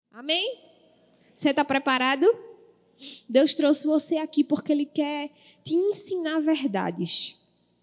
Amém? Você está preparado? Deus trouxe você aqui porque Ele quer te ensinar verdades.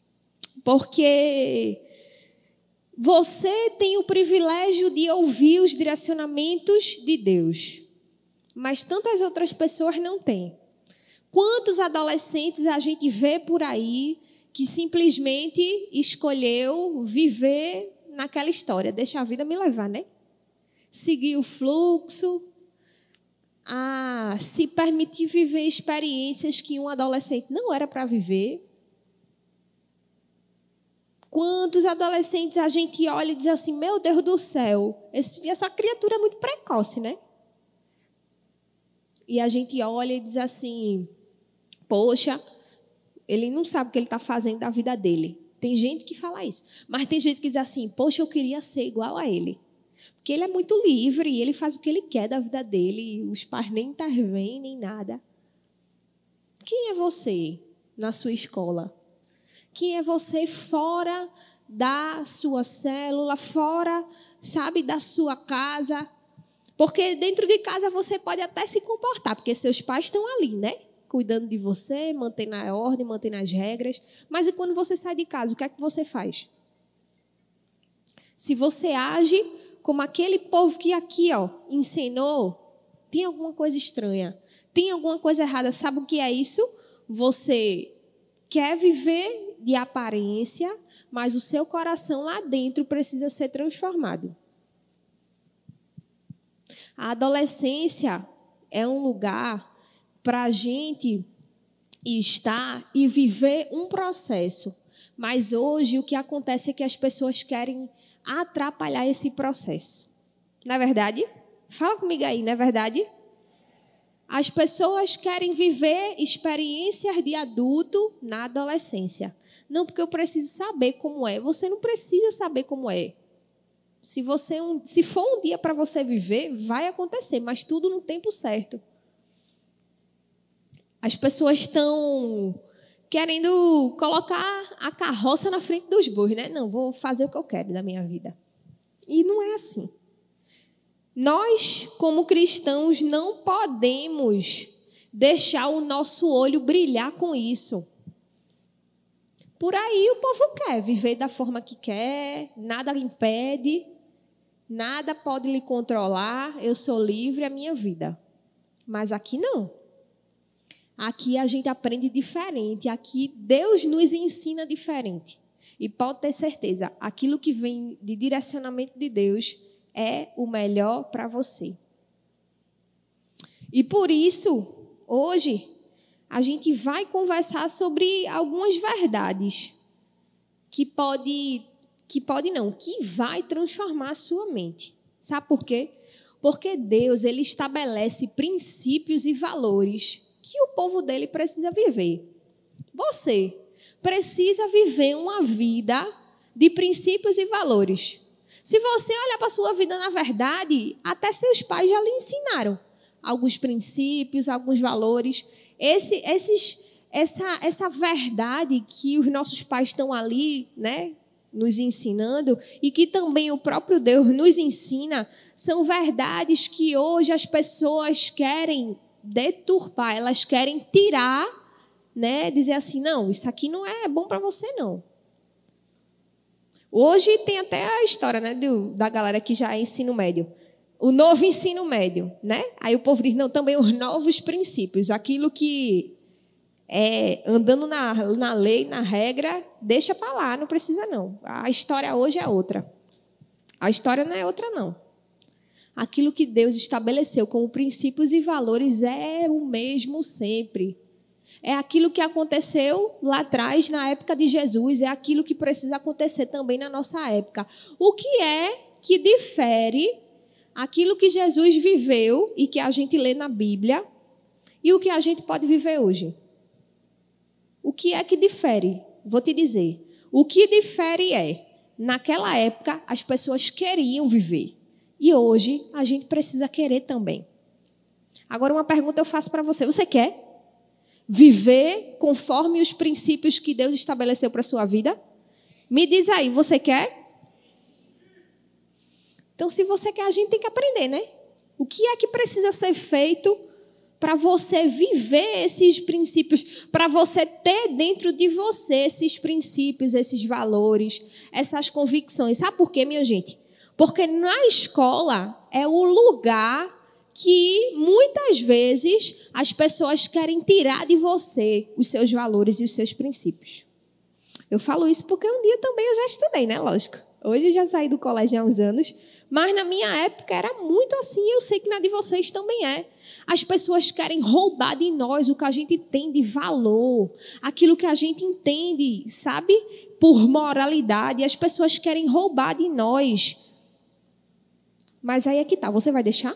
Porque você tem o privilégio de ouvir os direcionamentos de Deus. Mas tantas outras pessoas não têm. Quantos adolescentes a gente vê por aí que simplesmente escolheu viver naquela história? Deixa a vida me levar, né? Seguir o fluxo, a se permitir viver experiências que um adolescente não era para viver. Quantos adolescentes a gente olha e diz assim, meu Deus do céu, essa criatura é muito precoce, né? E a gente olha e diz assim, poxa, ele não sabe o que ele está fazendo da vida dele. Tem gente que fala isso. Mas tem gente que diz assim, poxa, eu queria ser igual a ele. Porque ele é muito livre e ele faz o que ele quer da vida dele. Os pais nem intervêm, nem nada. Quem é você na sua escola? Quem é você fora da sua célula, fora, sabe, da sua casa? Porque dentro de casa você pode até se comportar, porque seus pais estão ali, né? Cuidando de você, mantendo a ordem, mantendo as regras. Mas e quando você sai de casa, o que é que você faz? Se você age como aquele povo que aqui, ensinou, tem alguma coisa estranha, tem alguma coisa errada. Sabe o que é isso? Você quer viver de aparência, mas o seu coração lá dentro precisa ser transformado. A adolescência é um lugar para a gente estar e viver um processo. Mas hoje o que acontece é que as pessoas querem atrapalhar esse processo. Não é verdade? Fala comigo aí, não é verdade? As pessoas querem viver experiências de adulto na adolescência. Não, porque eu preciso saber como é. Você não precisa saber como é. Se for um dia para você viver, vai acontecer, mas tudo no tempo certo. As pessoas estão querendo colocar a carroça na frente dos bois, né? Não, vou fazer o que eu quero da minha vida. E não é assim. Nós, como cristãos, não podemos deixar o nosso olho brilhar com isso. Por aí o povo quer viver da forma que quer, nada impede, nada pode lhe controlar, eu sou livre, é a minha vida. Mas aqui não. Aqui a gente aprende diferente, aqui Deus nos ensina diferente. E pode ter certeza, aquilo que vem de direcionamento de Deus é o melhor para você. E por isso, hoje, a gente vai conversar sobre algumas verdades que vai transformar a sua mente. Sabe por quê? Porque Deus, Ele estabelece princípios e valores que o povo dele precisa viver. Você precisa viver uma vida de princípios e valores. Se você olhar para a sua vida, na verdade, até seus pais já lhe ensinaram alguns princípios, alguns valores. Essa verdade que os nossos pais estão ali, né, nos ensinando, e que também o próprio Deus nos ensina, são verdades que hoje as pessoas querem deturpar, elas querem tirar, né, dizer assim, não, isso aqui não é bom para você, não. Hoje tem até a história, né, da galera que já é ensino médio. O novo ensino médio, né? Aí o povo diz, não, também os novos princípios, aquilo que é andando na lei, na regra, deixa para lá, não precisa não. A história hoje é outra. A história não é outra, não. Aquilo que Deus estabeleceu como princípios e valores é o mesmo sempre. É aquilo que aconteceu lá atrás, na época de Jesus, é aquilo que precisa acontecer também na nossa época. O que é que difere aquilo que Jesus viveu e que a gente lê na Bíblia e o que a gente pode viver hoje? O que é que difere? Vou te dizer. O que difere naquela época, as pessoas queriam viver. E hoje, a gente precisa querer também. Agora, uma pergunta eu faço para você. Você quer viver conforme os princípios que Deus estabeleceu para a sua vida? Me diz aí, você quer? Então, se você quer, a gente tem que aprender, né? O que é que precisa ser feito para você viver esses princípios, para você ter dentro de você esses princípios, esses valores, essas convicções? Sabe por quê, minha gente? Porque na escola é o lugar que muitas vezes as pessoas querem tirar de você os seus valores e os seus princípios. Eu falo isso porque um dia também eu já estudei, né? Lógico. Hoje eu já saí do colégio há uns anos, mas na minha época era muito assim, e eu sei que na de vocês também é. As pessoas querem roubar de nós o que a gente tem de valor, aquilo que a gente entende, sabe, por moralidade. As pessoas querem roubar de nós. Mas aí é que tá, você vai deixar?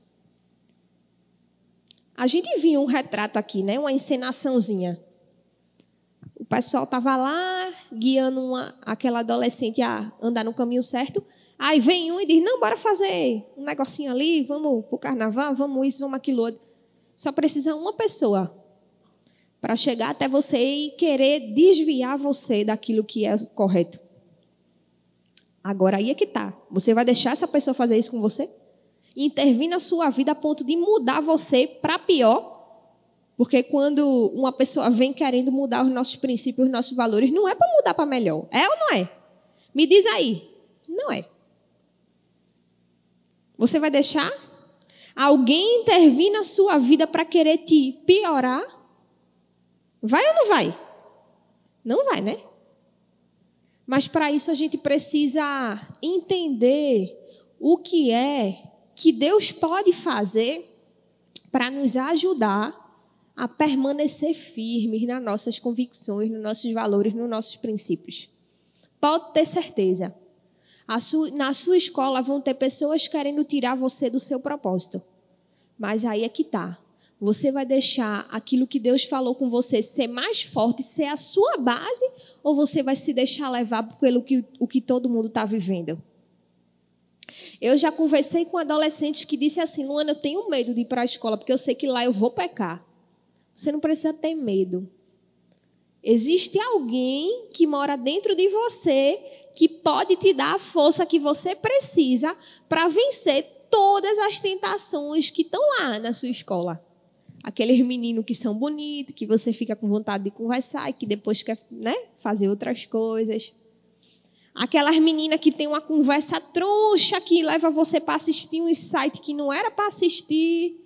A gente viu um retrato aqui, né? Uma encenaçãozinha. O pessoal estava lá guiando aquela adolescente a andar no caminho certo. Aí vem um e diz, não, bora fazer um negocinho ali, vamos para o carnaval, vamos isso, vamos aquilo outro. Só precisa uma pessoa para chegar até você e querer desviar você daquilo que é correto. Agora, aí é que tá. Você vai deixar essa pessoa fazer isso com você? Intervir na sua vida a ponto de mudar você para pior? Porque quando uma pessoa vem querendo mudar os nossos princípios, os nossos valores, não é para mudar para melhor. É ou não é? Me diz aí. Não é. Você vai deixar alguém intervir na sua vida para querer te piorar? Vai ou não vai? Não vai, né? Mas para isso a gente precisa entender o que é que Deus pode fazer para nos ajudar a permanecer firmes nas nossas convicções, nos nossos valores, nos nossos princípios. Pode ter certeza. Na sua escola vão ter pessoas querendo tirar você do seu propósito. Mas aí é que está. Você vai deixar aquilo que Deus falou com você ser mais forte, ser a sua base, ou você vai se deixar levar pelo que todo mundo está vivendo? Eu já conversei com adolescentes que disse assim, Luana, eu tenho medo de ir para a escola, porque eu sei que lá eu vou pecar. Você não precisa ter medo. Existe alguém que mora dentro de você que pode te dar a força que você precisa para vencer todas as tentações que estão lá na sua escola. Aqueles meninos que são bonitos, que você fica com vontade de conversar e que depois quer, né, fazer outras coisas. Aquelas meninas que tem uma conversa troncha que leva você para assistir um site que não era para assistir.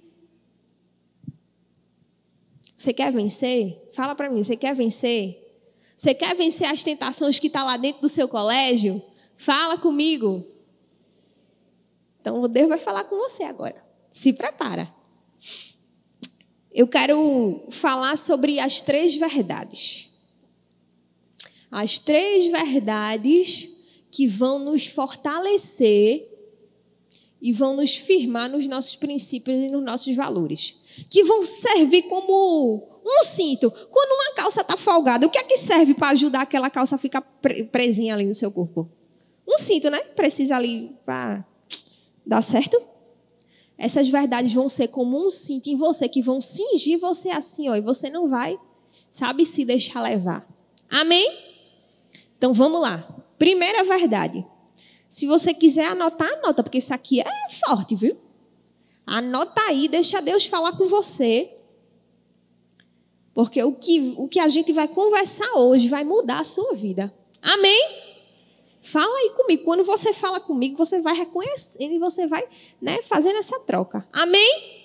Você quer vencer? Fala para mim, você quer vencer? Você quer vencer as tentações que estão lá dentro do seu colégio? Fala comigo. Então, Deus vai falar com você agora. Se prepara. Eu quero falar sobre as 3 verdades. As 3 verdades que vão nos fortalecer e vão nos firmar nos nossos princípios e nos nossos valores. Que vão servir como um cinto. Quando uma calça está folgada, o que é que serve para ajudar aquela calça a ficar presinha ali no seu corpo? Um cinto, né? Precisa ali para dar certo. Essas verdades vão ser como um cinto em você, que vão cingir você assim, ó, e você não vai, sabe, se deixar levar. Amém? Então, vamos lá. Primeira verdade. Se você quiser anotar, anota, porque isso aqui é forte, viu? Anota aí, deixa Deus falar com você. Porque o que a gente vai conversar hoje vai mudar a sua vida. Amém? Fala aí comigo. Quando você fala comigo, você vai reconhecendo e você vai, né, fazendo essa troca. Amém?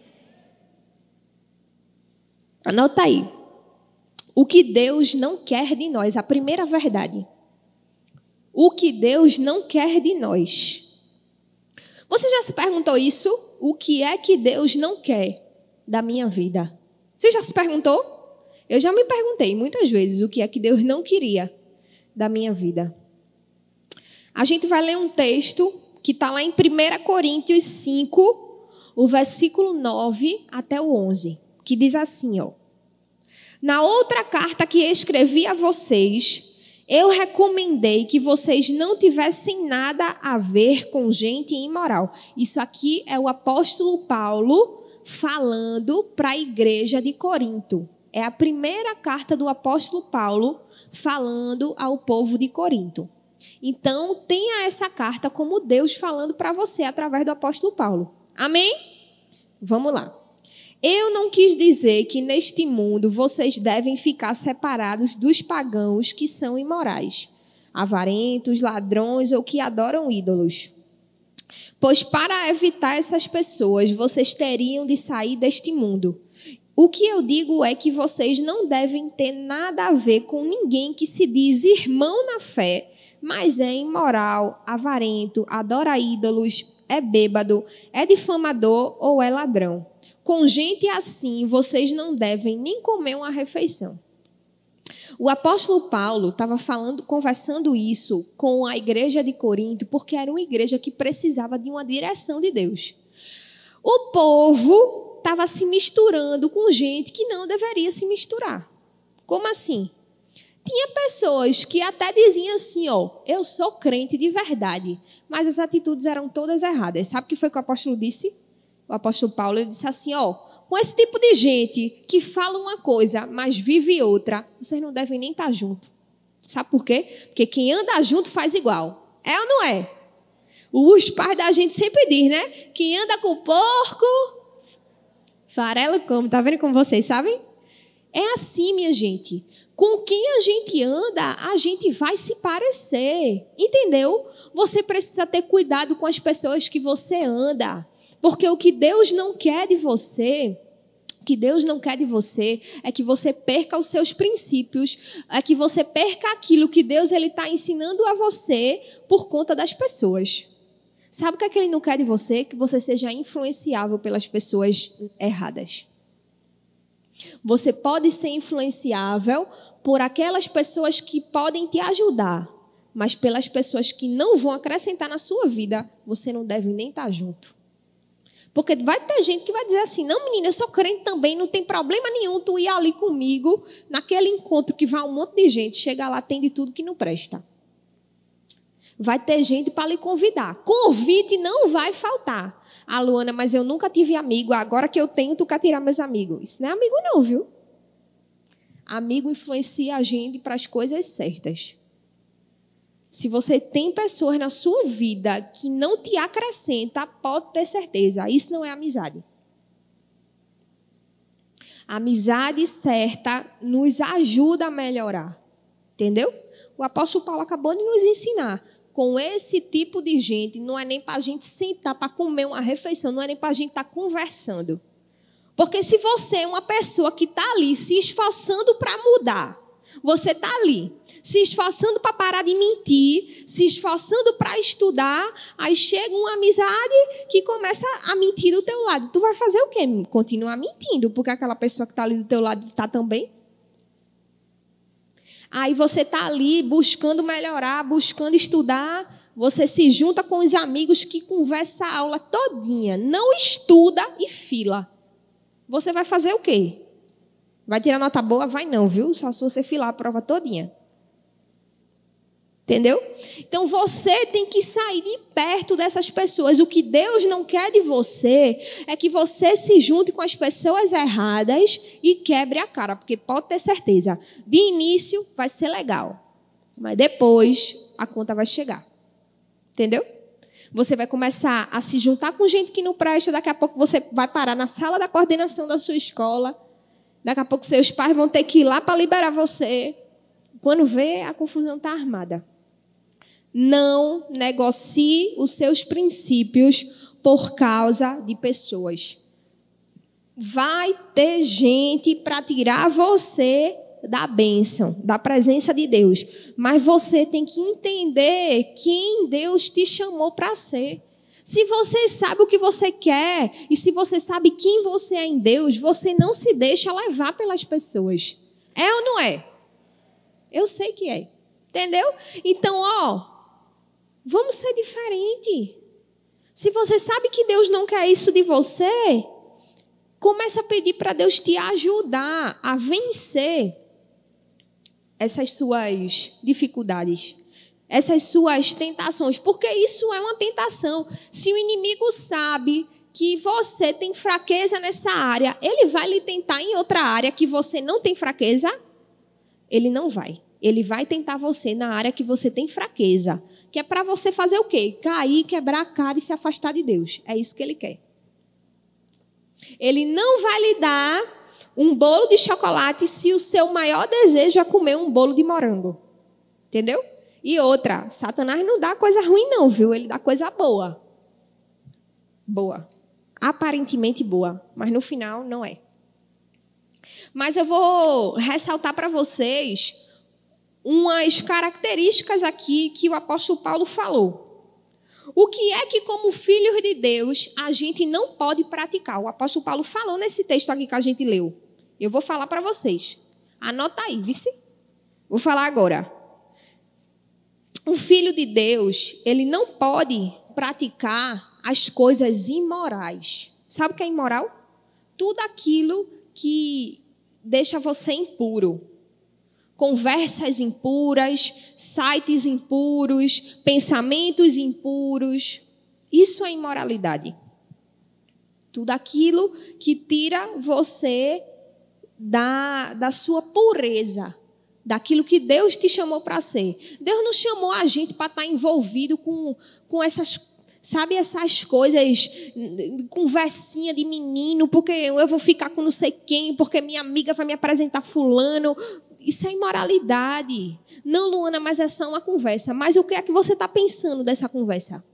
Anota aí. O que Deus não quer de nós. A primeira verdade. O que Deus não quer de nós. Você já se perguntou isso? O que é que Deus não quer da minha vida? Você já se perguntou? Eu já me perguntei muitas vezes o que é que Deus não queria da minha vida. A gente vai ler um texto que está lá em 1 Coríntios 5, o versículo 9 até o 11, que diz assim, ó. Na outra carta que escrevi a vocês, eu recomendei que vocês não tivessem nada a ver com gente imoral. Isso aqui é o apóstolo Paulo falando para a igreja de Corinto. É a primeira carta do apóstolo Paulo falando ao povo de Corinto. Então, tenha essa carta como Deus falando para você através do apóstolo Paulo. Amém? Vamos lá. Eu não quis dizer que neste mundo vocês devem ficar separados dos pagãos que são imorais, avarentos, ladrões ou que adoram ídolos. Pois para evitar essas pessoas, vocês teriam de sair deste mundo. O que eu digo é que vocês não devem ter nada a ver com ninguém que se diz irmão na fé, mas é imoral, avarento, adora ídolos, é bêbado, é difamador ou é ladrão. Com gente assim, vocês não devem nem comer uma refeição. O apóstolo Paulo estava conversando isso com a igreja de Corinto, porque era uma igreja que precisava de uma direção de Deus. O povo estava se misturando com gente que não deveria se misturar. Como assim? Tinha pessoas que até diziam assim, eu sou crente de verdade, mas as atitudes eram todas erradas. Sabe o que foi que o apóstolo disse? O apóstolo Paulo ele disse assim, com esse tipo de gente que fala uma coisa, mas vive outra, vocês não devem nem estar junto. Sabe por quê? Porque quem anda junto faz igual. É ou não é? Os pais da gente sempre dizem, né? Quem anda com porco, farelo come. Tá vendo como vocês sabem? É assim, minha gente. Com quem a gente anda, a gente vai se parecer. Entendeu? Você precisa ter cuidado com as pessoas que você anda. Porque o que Deus não quer de você, é que você perca os seus princípios, é que você perca aquilo que Deus está ensinando a você por conta das pessoas. Sabe o que é que Ele não quer de você? Que você seja influenciável pelas pessoas erradas. Você pode ser influenciável por aquelas pessoas que podem te ajudar, mas pelas pessoas que não vão acrescentar na sua vida, você não deve nem estar junto. Porque vai ter gente que vai dizer assim, não menina, eu sou crente também, não tem problema nenhum tu ir ali comigo, naquele encontro que vai um monte de gente, chega lá, tem de tudo que não presta. Vai ter gente para lhe convidar. Convite não vai faltar. Ah, Luana, mas eu nunca tive amigo, agora que eu tenho, tu quer tirar meus amigos. Isso não é amigo não, viu? Amigo influencia a gente para as coisas certas. Se você tem pessoas na sua vida que não te acrescentam, pode ter certeza, isso não é amizade. A amizade certa nos ajuda a melhorar. Entendeu? O apóstolo Paulo acabou de nos ensinar. Com esse tipo de gente, não é nem para a gente sentar para comer uma refeição, não é nem para a gente estar conversando. Porque se você é uma pessoa que está ali se esforçando para mudar, você está ali se esforçando para parar de mentir, se esforçando para estudar, aí chega uma amizade que começa a mentir do teu lado. Tu vai fazer o quê? Continuar mentindo, porque aquela pessoa que está ali do teu lado está também. Aí você está ali buscando melhorar, buscando estudar, você se junta com os amigos que conversam a aula todinha, não estuda e fila. Você vai fazer o quê? Vai tirar nota boa? Vai não, viu? Só se você filar a prova todinha. Entendeu? Então você tem que sair de perto dessas pessoas. O que Deus não quer de você é que você se junte com as pessoas erradas e quebre a cara, porque pode ter certeza, de início vai ser legal, mas depois a conta vai chegar. Entendeu? Você vai começar a se juntar com gente que não presta, daqui a pouco você vai parar na sala da coordenação da sua escola, daqui a pouco seus pais vão ter que ir lá para liberar você. Quando vê, a confusão está armada. Não negocie os seus princípios por causa de pessoas. Vai ter gente para tirar você da bênção, da presença de Deus. Mas você tem que entender quem Deus te chamou para ser. Se você sabe o que você quer e se você sabe quem você é em Deus, você não se deixa levar pelas pessoas. É ou não é? Eu sei que é. Entendeu? Então, vamos ser diferente. Se você sabe que Deus não quer isso de você, comece a pedir para Deus te ajudar a vencer essas suas dificuldades, essas suas tentações, porque isso é uma tentação. Se o inimigo sabe que você tem fraqueza nessa área, ele vai lhe tentar em outra área que você não tem fraqueza? Ele não vai. Ele vai tentar você na área que você tem fraqueza. Que é para você fazer o quê? Cair, quebrar a cara e se afastar de Deus. É isso que ele quer. Ele não vai lhe dar um bolo de chocolate se o seu maior desejo é comer um bolo de morango. Entendeu? E outra, Satanás não dá coisa ruim não, viu? Ele dá coisa boa. Boa. Aparentemente boa, mas no final não é. Mas eu vou ressaltar para vocês umas características aqui que o apóstolo Paulo falou. O que é que, como filhos de Deus, a gente não pode praticar? O apóstolo Paulo falou nesse texto aqui que a gente leu. Eu vou falar para vocês. Anota aí, vice. Vou falar agora. Um filho de Deus, ele não pode praticar as coisas imorais. Sabe o que é imoral? Tudo aquilo que deixa você impuro. Conversas impuras, sites impuros, pensamentos impuros. Isso é imoralidade. Tudo aquilo que tira você da sua pureza, daquilo que Deus te chamou para ser. Deus não chamou a gente para estar envolvido com essas, sabe, essas coisas, conversinha de menino, porque eu vou ficar com não sei quem, porque minha amiga vai me apresentar fulano. Isso é imoralidade. Não, Luana, mas é só uma conversa. Mas o que é que você está pensando dessa conversa?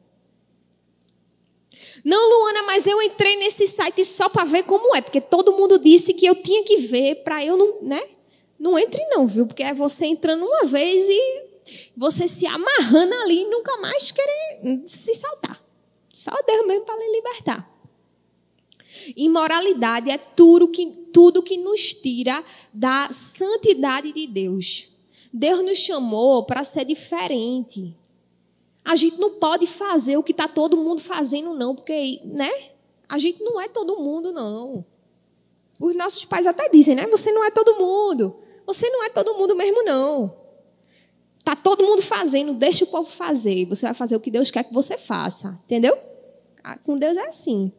Não, Luana, mas eu entrei nesse site só para ver como é, porque todo mundo disse que eu tinha que ver para eu não, né? Não entre não, viu? Porque é você entrando uma vez e você se amarrando ali e nunca mais querer se soltar. Só Deus mesmo para lhe libertar. Imoralidade é tudo que nos tira da santidade de Deus. Deus nos chamou para ser diferente. A gente não pode fazer o que está todo mundo fazendo, não, porque, né? A gente não é todo mundo, não. Os nossos pais até dizem, né? Você não é todo mundo. Você não é todo mundo mesmo, não. Está todo mundo fazendo, deixa o povo fazer. Você vai fazer o que Deus quer que você faça. Entendeu? Com Deus é assim.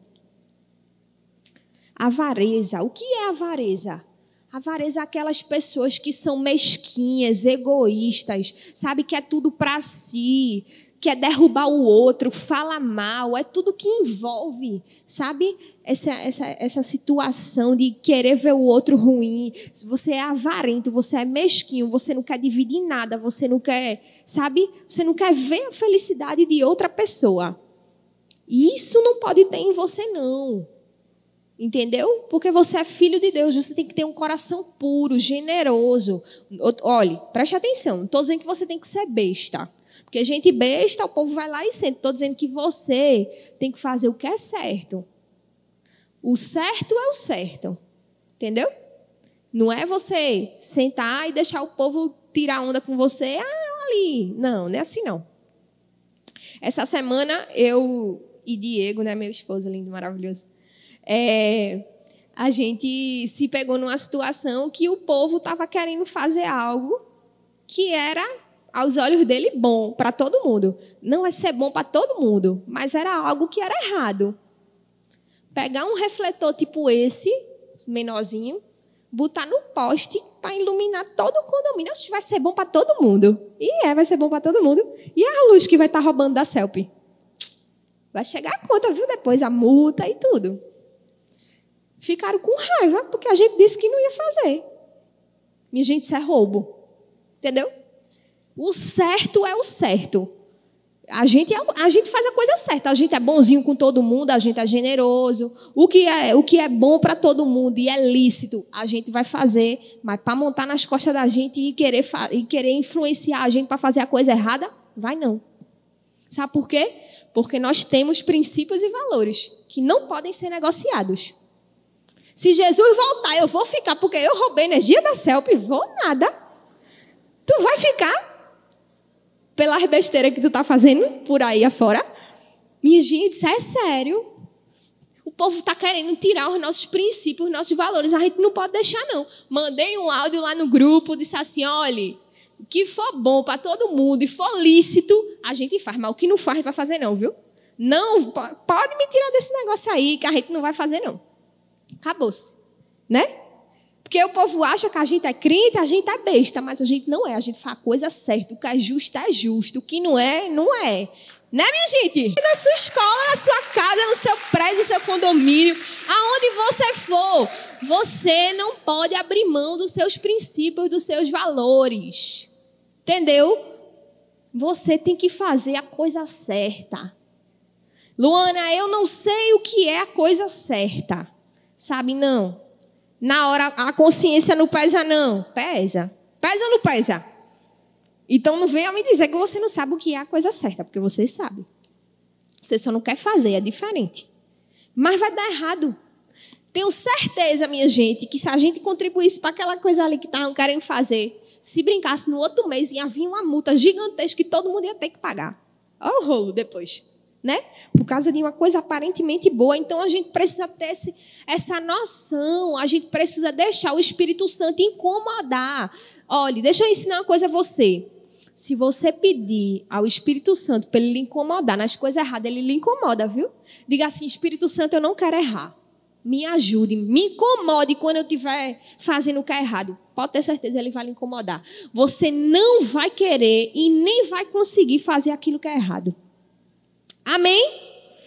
Avareza. O que é avareza? Avareza é aquelas pessoas que são mesquinhas, egoístas, sabe, que é tudo para si, quer derrubar o outro, fala mal, é tudo que envolve, sabe, essa situação de querer ver o outro ruim. Se você é avarento, você é mesquinho, você não quer dividir nada, você não quer, sabe, você não quer ver a felicidade de outra pessoa. E isso não pode ter em você, não. Entendeu? Porque você é filho de Deus, você tem que ter um coração puro, generoso. Olhe, preste atenção, não estou dizendo que você tem que ser besta. Porque gente besta, o povo vai lá e sente. Estou dizendo que você tem que fazer o que é certo. O certo é o certo. Entendeu? Não é você sentar e deixar o povo tirar onda com você. Ah, ali. Não, não é assim não. Essa semana eu e Diego, né, meu esposo lindo, maravilhoso, a gente se pegou numa situação que o povo estava querendo fazer algo que era, aos olhos dele, bom para todo mundo. Não é ser bom para todo mundo, mas era algo que era errado. Pegar um refletor tipo esse, menorzinho, botar no poste para iluminar todo o condomínio. Acho que vai ser bom para todo mundo. E vai ser bom para todo mundo. E a luz que vai estar roubando da Celpe? Vai chegar a conta, viu? Depois a multa e tudo. Ficaram com raiva, porque a gente disse que não ia fazer. Minha gente, isso é roubo. Entendeu? O certo é o certo. A gente faz a coisa certa. A gente é bonzinho com todo mundo, a gente é generoso. O que é bom para todo mundo e é lícito, a gente vai fazer. Mas para montar nas costas da gente e querer influenciar a gente para fazer a coisa errada, vai não. Sabe por quê? Porque nós temos princípios e valores que não podem ser negociados. Se Jesus voltar, eu vou ficar, porque eu roubei energia da Celpe, vou nada. Tu vai ficar pelas besteiras que tu tá fazendo por aí afora? Minha gente, isso é sério. O povo tá querendo tirar os nossos princípios, os nossos valores. A gente não pode deixar, não. Mandei um áudio lá no grupo, disse assim, olha, o que for bom para todo mundo e for lícito, a gente faz. Mas o que não faz, a gente vai fazer não, viu? Não, pode me tirar desse negócio aí, que a gente não vai fazer não. Acabou-se, né? Porque o povo acha que a gente é crente, a gente é besta, mas a gente não é. A gente faz a coisa certa. O que é justo. O que não é, não é. Né, minha gente? Na sua escola, na sua casa, no seu prédio, no seu condomínio, aonde você for, você não pode abrir mão dos seus princípios, dos seus valores. Entendeu? Você tem que fazer a coisa certa. Luana, eu não sei o que é a coisa certa. Sabe, não. Na hora, a consciência não pesa, não. Pesa. Pesa ou não pesa? Então não venha me dizer que você não sabe o que é a coisa certa, porque você sabe. Você só não quer fazer, é diferente. Mas vai dar errado. Tenho certeza, minha gente, que se a gente contribuísse para aquela coisa ali que estavam querendo fazer, se brincasse no outro mês, ia vir uma multa gigantesca que todo mundo ia ter que pagar. Olha o rolo depois, né? Por causa de uma coisa aparentemente boa. Então a gente precisa ter essa noção, a gente precisa deixar o Espírito Santo incomodar. Olha, deixa eu ensinar uma coisa a você. Se você pedir ao Espírito Santo para ele lhe incomodar nas coisas erradas, ele lhe incomoda, viu? Diga assim, Espírito Santo, eu não quero errar. Me ajude, me incomode quando eu estiver fazendo o que é errado. Pode ter certeza, ele vai lhe incomodar. Você não vai querer e nem vai conseguir fazer aquilo que é errado. Amém?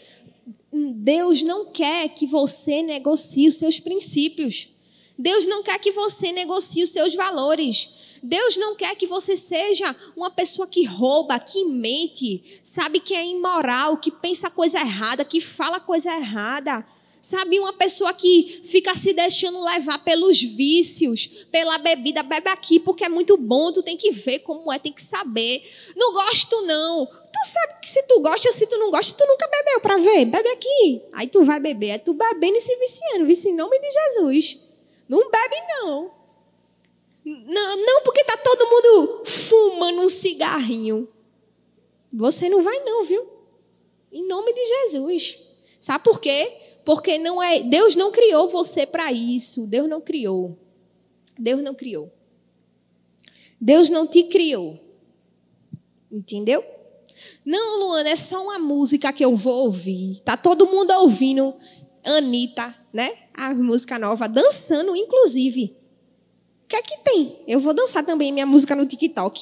Deus não quer que você negocie os seus princípios. Deus não quer que você negocie os seus valores. Deus não quer que você seja uma pessoa que rouba, que mente, sabe, que é imoral, que pensa coisa errada, que fala coisa errada. Sabe, uma pessoa que fica se deixando levar pelos vícios, pela bebida. Bebe aqui porque é muito bom, tu tem que ver como é, tem que saber. Não gosto não. Tu sabe que se tu gosta ou se tu não gosta, tu nunca bebeu para ver. Bebe aqui. Aí tu vai beber. É tu bebendo e se viciando. Vice em nome de Jesus. Não bebe não. Não, porque tá todo mundo fumando um cigarrinho. Você não vai não, viu? Em nome de Jesus. Sabe por quê? Porque Deus não criou você para isso. Deus não criou. Deus não criou. Deus não te criou. Entendeu? Não, Luana, é só uma música que eu vou ouvir. Tá todo mundo ouvindo Anitta, né? A música nova, dançando, inclusive. O que é que tem? Eu vou dançar também minha música no TikTok.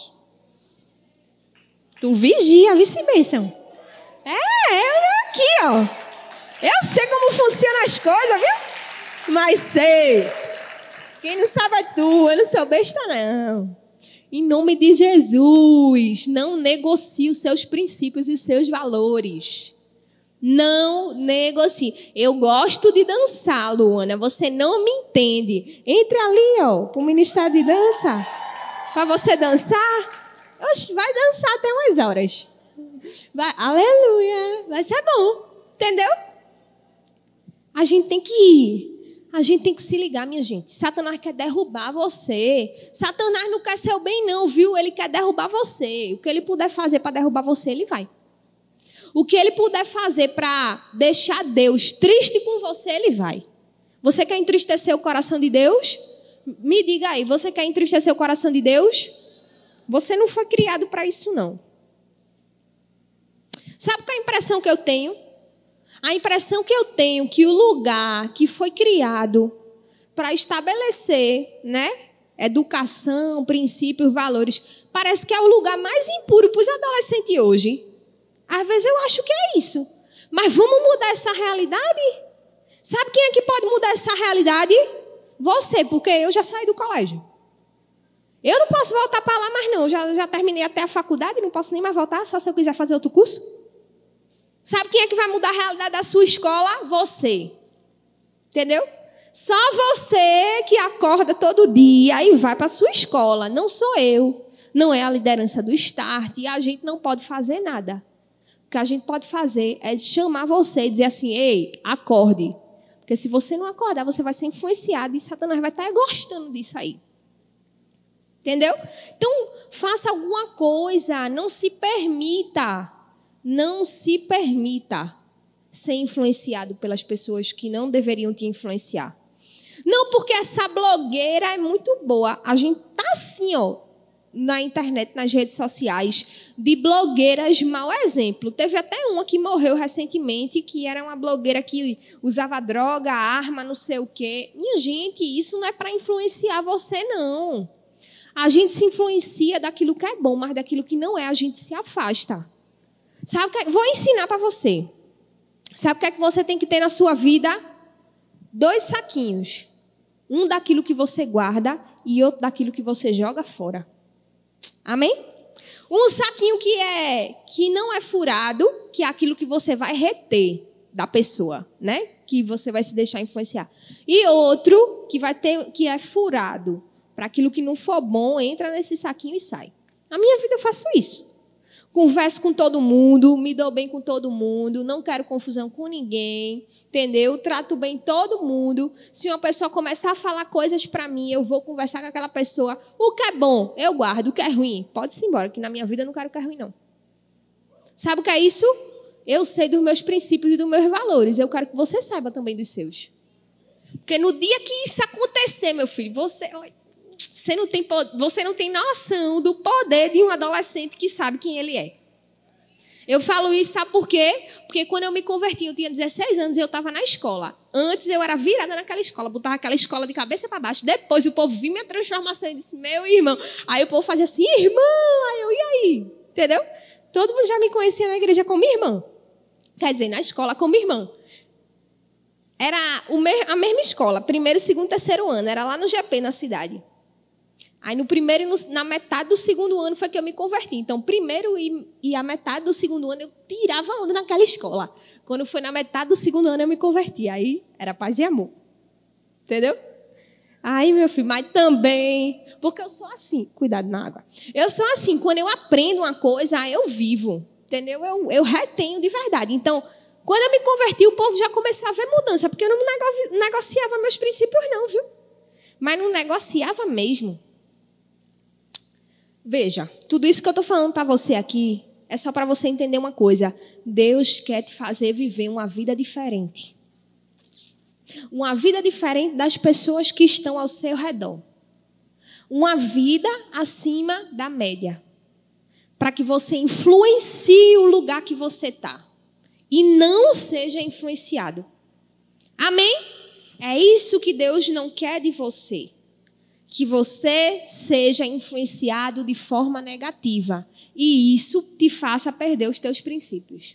Tu vigia, vice-bênção. Eu aqui, ó. Eu sei como funcionam as coisas, viu? Mas sei. Quem não sabe é tu, eu não sou besta, não. Em nome de Jesus, não negocie os seus princípios e os seus valores. Não negocie. Eu gosto de dançar, Luana. Você não me entende. Entre ali, ó, para o Ministério de Dança. Para você dançar. Oxe, vai dançar até umas horas. Vai, aleluia. Vai ser bom. Entendeu? A gente tem que ir. A gente tem que se ligar, minha gente. Satanás quer derrubar você. Satanás não quer seu bem, não, viu? Ele quer derrubar você. O que ele puder fazer para derrubar você, ele vai. O que ele puder fazer para deixar Deus triste com você, ele vai. Você quer entristecer o coração de Deus? Me diga aí, você quer entristecer o coração de Deus? Você não foi criado para isso, não. Sabe qual é a impressão que eu tenho? A impressão que eu tenho que o lugar que foi criado para estabelecer, né, educação, princípios, valores, parece que é o lugar mais impuro para os adolescentes hoje. Às vezes eu acho que é isso. Mas vamos mudar essa realidade? Sabe quem é que pode mudar essa realidade? Você, porque eu já saí do colégio. Eu não posso voltar para lá mais não. Já terminei até a faculdade, não posso nem mais voltar, só se eu quiser fazer outro curso. Sabe quem é que vai mudar a realidade da sua escola? Você. Entendeu? Só você que acorda todo dia e vai para a sua escola. Não sou eu. Não é a liderança do Start. E a gente não pode fazer nada. O que a gente pode fazer é chamar você e dizer assim, ei, acorde. Porque se você não acordar, você vai ser influenciado e Satanás vai estar gostando disso aí. Entendeu? Então, faça alguma coisa. Não se permita ser influenciado pelas pessoas que não deveriam te influenciar. Não porque essa blogueira é muito boa. A gente tá assim, ó, na internet, nas redes sociais, de blogueiras mau exemplo. Teve até uma que morreu recentemente, que era uma blogueira que usava droga, arma, não sei o quê. Minha gente, isso não é para influenciar você, não. A gente se influencia daquilo que é bom, mas daquilo que não é, a gente se afasta. Sabe o que? Vou ensinar para você. Sabe o que é que você tem que ter na sua vida? 2 saquinhos. Um daquilo que você guarda e outro daquilo que você joga fora. Amém? Um saquinho que não é furado, que é aquilo que você vai reter da pessoa, né? Que você vai se deixar influenciar. E outro que é furado, para aquilo que não for bom, entra nesse saquinho e sai. Na minha vida eu faço isso. Converso com todo mundo, me dou bem com todo mundo, não quero confusão com ninguém, entendeu? Trato bem todo mundo. Se uma pessoa começar a falar coisas para mim, eu vou conversar com aquela pessoa. O que é bom, eu guardo. O que é ruim, pode-se embora, que na minha vida eu não quero o que é ruim, não. Sabe o que é isso? Eu sei dos meus princípios e dos meus valores. Eu quero que você saiba também dos seus. Porque no dia que isso acontecer, meu filho, você não tem noção do poder de um adolescente que sabe quem ele é. Eu falo isso, sabe por quê? Porque quando eu me converti, eu tinha 16 anos e eu estava na escola. Antes eu era virada naquela escola, botava aquela escola de cabeça para baixo. Depois o povo viu minha transformação e disse, meu irmão. Aí o povo fazia assim, irmão. Aí eu, e aí? Entendeu? Todo mundo já me conhecia na igreja como irmã. Quer dizer, na escola como irmã. Era a mesma escola, primeiro, segundo, terceiro ano. Era lá no GP, na cidade. Aí no primeiro e na metade do segundo ano foi que eu me converti. Então, primeiro e a metade do segundo ano eu tirava onda naquela escola. Quando foi na metade do segundo ano eu me converti. Aí era paz e amor. Entendeu? Aí, meu filho, mas também... Porque eu sou assim. Cuidado na água. Eu sou assim. Quando eu aprendo uma coisa, eu vivo. Entendeu? Eu retenho de verdade. Então, quando eu me converti, o povo já começou a ver mudança. Porque eu não negociava meus princípios, não, viu? Mas não negociava mesmo. Veja, tudo isso que eu estou falando para você aqui é só para você entender uma coisa. Deus quer te fazer viver uma vida diferente. Uma vida diferente das pessoas que estão ao seu redor. Uma vida acima da média. Para que você influencie o lugar que você está. E não seja influenciado. Amém? É isso que Deus não quer de você. Que você seja influenciado de forma negativa. E isso te faça perder os teus princípios.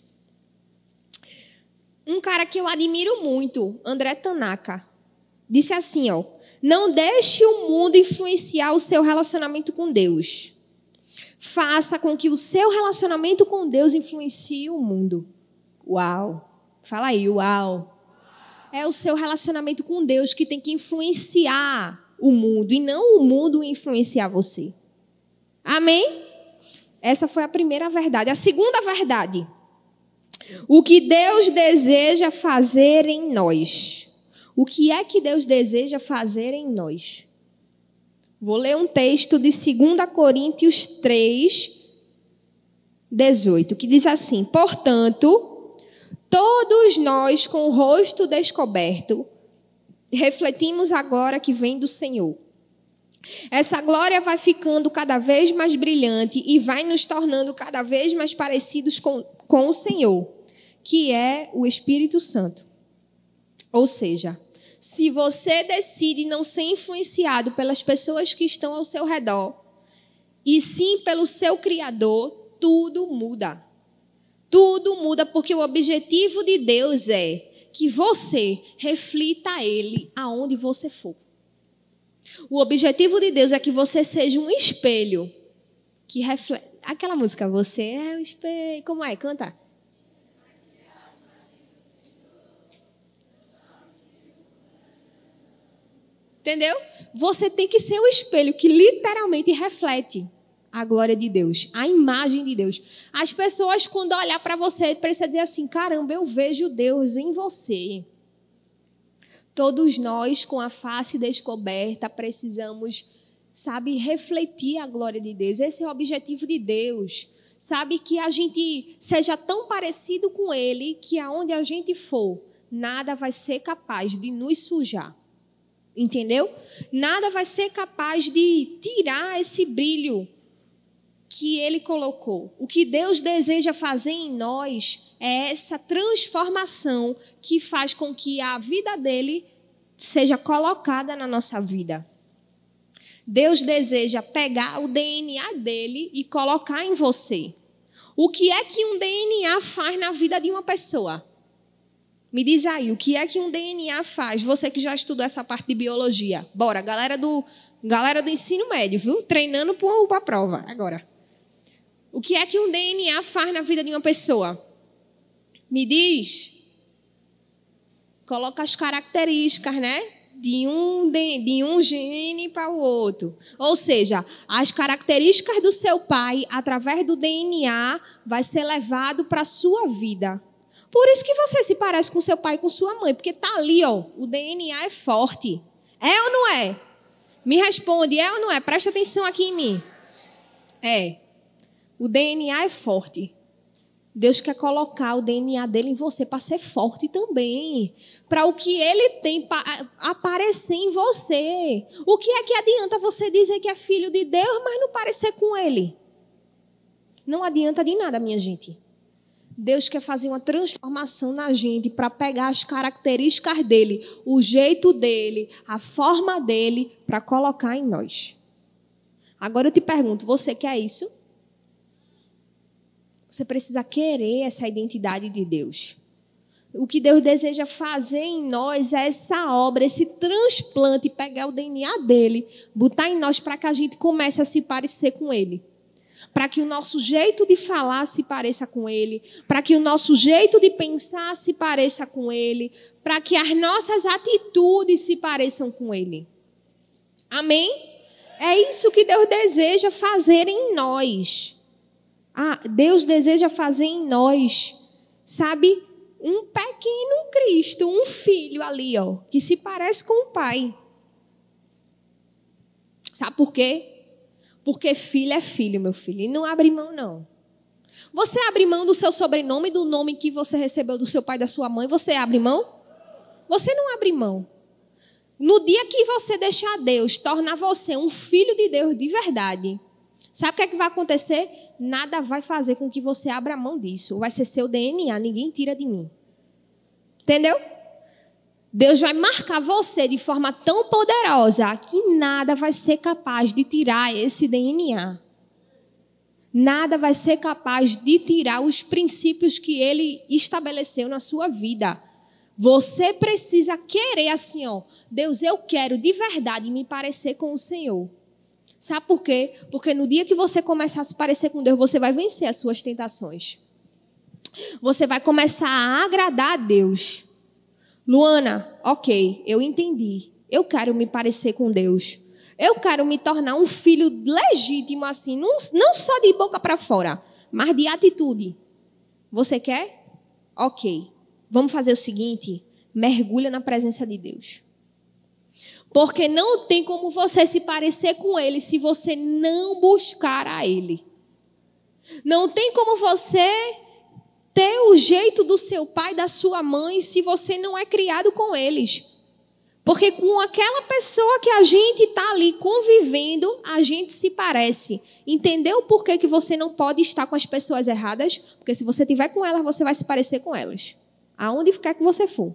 Um cara que eu admiro muito, André Tanaka, disse assim, ó, não deixe o mundo influenciar o seu relacionamento com Deus. Faça com que o seu relacionamento com Deus influencie o mundo. Uau! Fala aí, uau! É o seu relacionamento com Deus que tem que influenciar o mundo e não o mundo influenciar você. Amém? Essa foi a primeira verdade. A segunda verdade. O que Deus deseja fazer em nós. O que é que Deus deseja fazer em nós? Vou ler um texto de 2 Coríntios 3, 18, que diz assim, portanto, todos nós com o rosto descoberto, refletimos agora que vem do Senhor. Essa glória vai ficando cada vez mais brilhante e vai nos tornando cada vez mais parecidos com o Senhor, que é o Espírito Santo. Ou seja, se você decide não ser influenciado pelas pessoas que estão ao seu redor, e sim pelo seu Criador, tudo muda. Tudo muda porque o objetivo de Deus é que você reflita a Ele aonde você for. O objetivo de Deus é que você seja um espelho que reflete. Aquela música, você é um espelho. Como é? Canta. Entendeu? Você tem que ser o espelho que literalmente reflete a glória de Deus, a imagem de Deus. As pessoas, quando olhar para você, precisam dizer assim, caramba, eu vejo Deus em você. Todos nós, com a face descoberta, precisamos, sabe, refletir a glória de Deus. Esse é o objetivo de Deus. Sabe, que a gente seja tão parecido com Ele, que aonde a gente for, nada vai ser capaz de nos sujar. Entendeu? Nada vai ser capaz de tirar esse brilho que Ele colocou. O que Deus deseja fazer em nós é essa transformação que faz com que a vida dele seja colocada na nossa vida. Deus deseja pegar o DNA dele e colocar em você. O que é que um DNA faz na vida de uma pessoa? Me diz aí, o que é que um DNA faz? Você que já estudou essa parte de biologia. Bora, galera do ensino médio, viu? Treinando para a prova agora. O que é que um DNA faz na vida de uma pessoa? Me diz. Coloca as características, né? De um gene para o outro. Ou seja, as características do seu pai, através do DNA, vai ser levado para a sua vida. Por isso que você se parece com seu pai e com sua mãe, porque tá ali, ó, o DNA é forte. É ou não é? Me responde, é ou não é? Presta atenção aqui em mim. É. O DNA é forte. Deus quer colocar o DNA dele em você para ser forte também. Para o que ele tem para aparecer em você. O que é que adianta você dizer que é filho de Deus, mas não parecer com ele? Não adianta de nada, minha gente. Deus quer fazer uma transformação na gente para pegar as características dele, o jeito dele, a forma dele, para colocar em nós. Agora eu te pergunto, você quer isso? Você precisa querer essa identidade de Deus. O que Deus deseja fazer em nós é essa obra, esse transplante, pegar o DNA dele, botar em nós para que a gente comece a se parecer com ele. Para que o nosso jeito de falar se pareça com ele, para que o nosso jeito de pensar se pareça com ele, para que as nossas atitudes se pareçam com ele. Amém? É isso que Deus deseja fazer em nós. Deus deseja fazer em nós, sabe, um pequeno Cristo, um filho ali, ó, que se parece com o Pai. Sabe por quê? Porque filho é filho, meu filho, e não abre mão, não. Você abre mão do seu sobrenome, do nome que você recebeu do seu pai e da sua mãe, você abre mão? Você não abre mão. No dia que você deixar Deus tornar você um filho de Deus de verdade, sabe o que é que vai acontecer? Nada vai fazer com que você abra mão disso. Vai ser seu DNA, ninguém tira de mim. Entendeu? Deus vai marcar você de forma tão poderosa que nada vai ser capaz de tirar esse DNA. Nada vai ser capaz de tirar os princípios que Ele estabeleceu na sua vida. Você precisa querer assim, ó. Deus, eu quero de verdade me parecer com o Senhor. Sabe por quê? Porque no dia que você começar a se parecer com Deus, você vai vencer as suas tentações. Você vai começar a agradar a Deus. Luana, ok, eu entendi. Eu quero me parecer com Deus. Eu quero me tornar um filho legítimo assim, não só de boca para fora, mas de atitude. Você quer? Ok. Vamos fazer o seguinte, mergulha na presença de Deus. Porque não tem como você se parecer com Ele se você não buscar a Ele. Não tem como você ter o jeito do seu pai e da sua mãe se você não é criado com eles. Porque com aquela pessoa que a gente está ali convivendo, a gente se parece. Entendeu por que você não pode estar com as pessoas erradas? Porque se você estiver com elas, você vai se parecer com elas. Aonde quer que você for.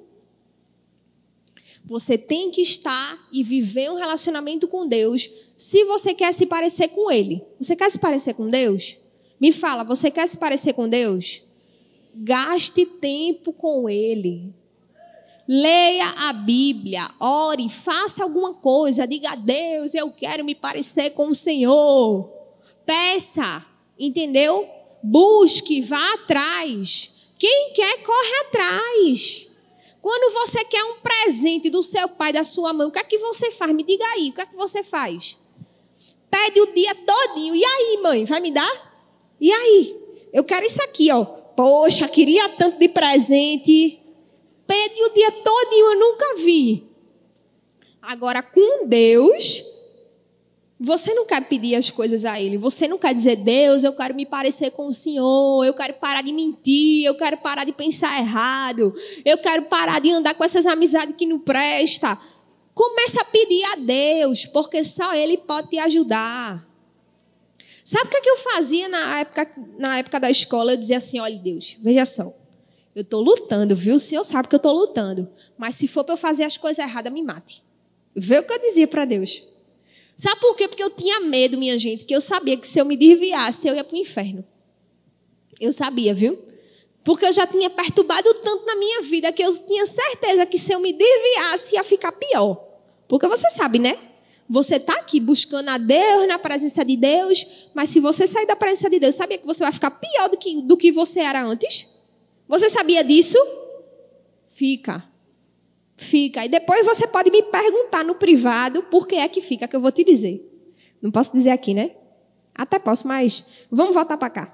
Você tem que estar e viver um relacionamento com Deus se você quer se parecer com Ele. Você quer se parecer com Deus? Me fala, você quer se parecer com Deus? Gaste tempo com Ele. Leia a Bíblia, ore, faça alguma coisa. Diga a Deus, eu quero me parecer com o Senhor. Peça, entendeu? Busque, vá atrás. Quem quer, corre atrás. Quando você quer um presente do seu pai, da sua mãe, o que é que você faz? Me diga aí, o que é que você faz? Pede o dia todinho. E aí, mãe, vai me dar? E aí? Eu quero isso aqui, ó. Poxa, queria tanto de presente. Pede o dia todinho, eu nunca vi. Agora, com Deus, você não quer pedir as coisas a Ele. Você não quer dizer, Deus, eu quero me parecer com o Senhor. Eu quero parar de mentir. Eu quero parar de pensar errado. Eu quero parar de andar com essas amizades que não prestam. Começa a pedir a Deus, porque só Ele pode te ajudar. Sabe o que eu fazia na época da escola? Eu dizia assim, olha Deus, veja só. Eu estou lutando, viu? O Senhor sabe que eu estou lutando. Mas se for para eu fazer as coisas erradas, me mate. Vê o que eu dizia para Deus. Sabe por quê? Porque eu tinha medo, minha gente, que eu sabia que se eu me desviasse, eu ia para o inferno. Eu sabia, viu? Porque eu já tinha perturbado tanto na minha vida que eu tinha certeza que se eu me desviasse ia ficar pior. Porque você sabe, né? Você está aqui buscando a Deus, na presença de Deus, mas se você sair da presença de Deus, sabia que você vai ficar pior do que você era antes? Você sabia disso? Fica. E depois você pode me perguntar no privado por que é que fica, que eu vou te dizer. Não posso dizer aqui, né? Até posso, mas vamos voltar para cá.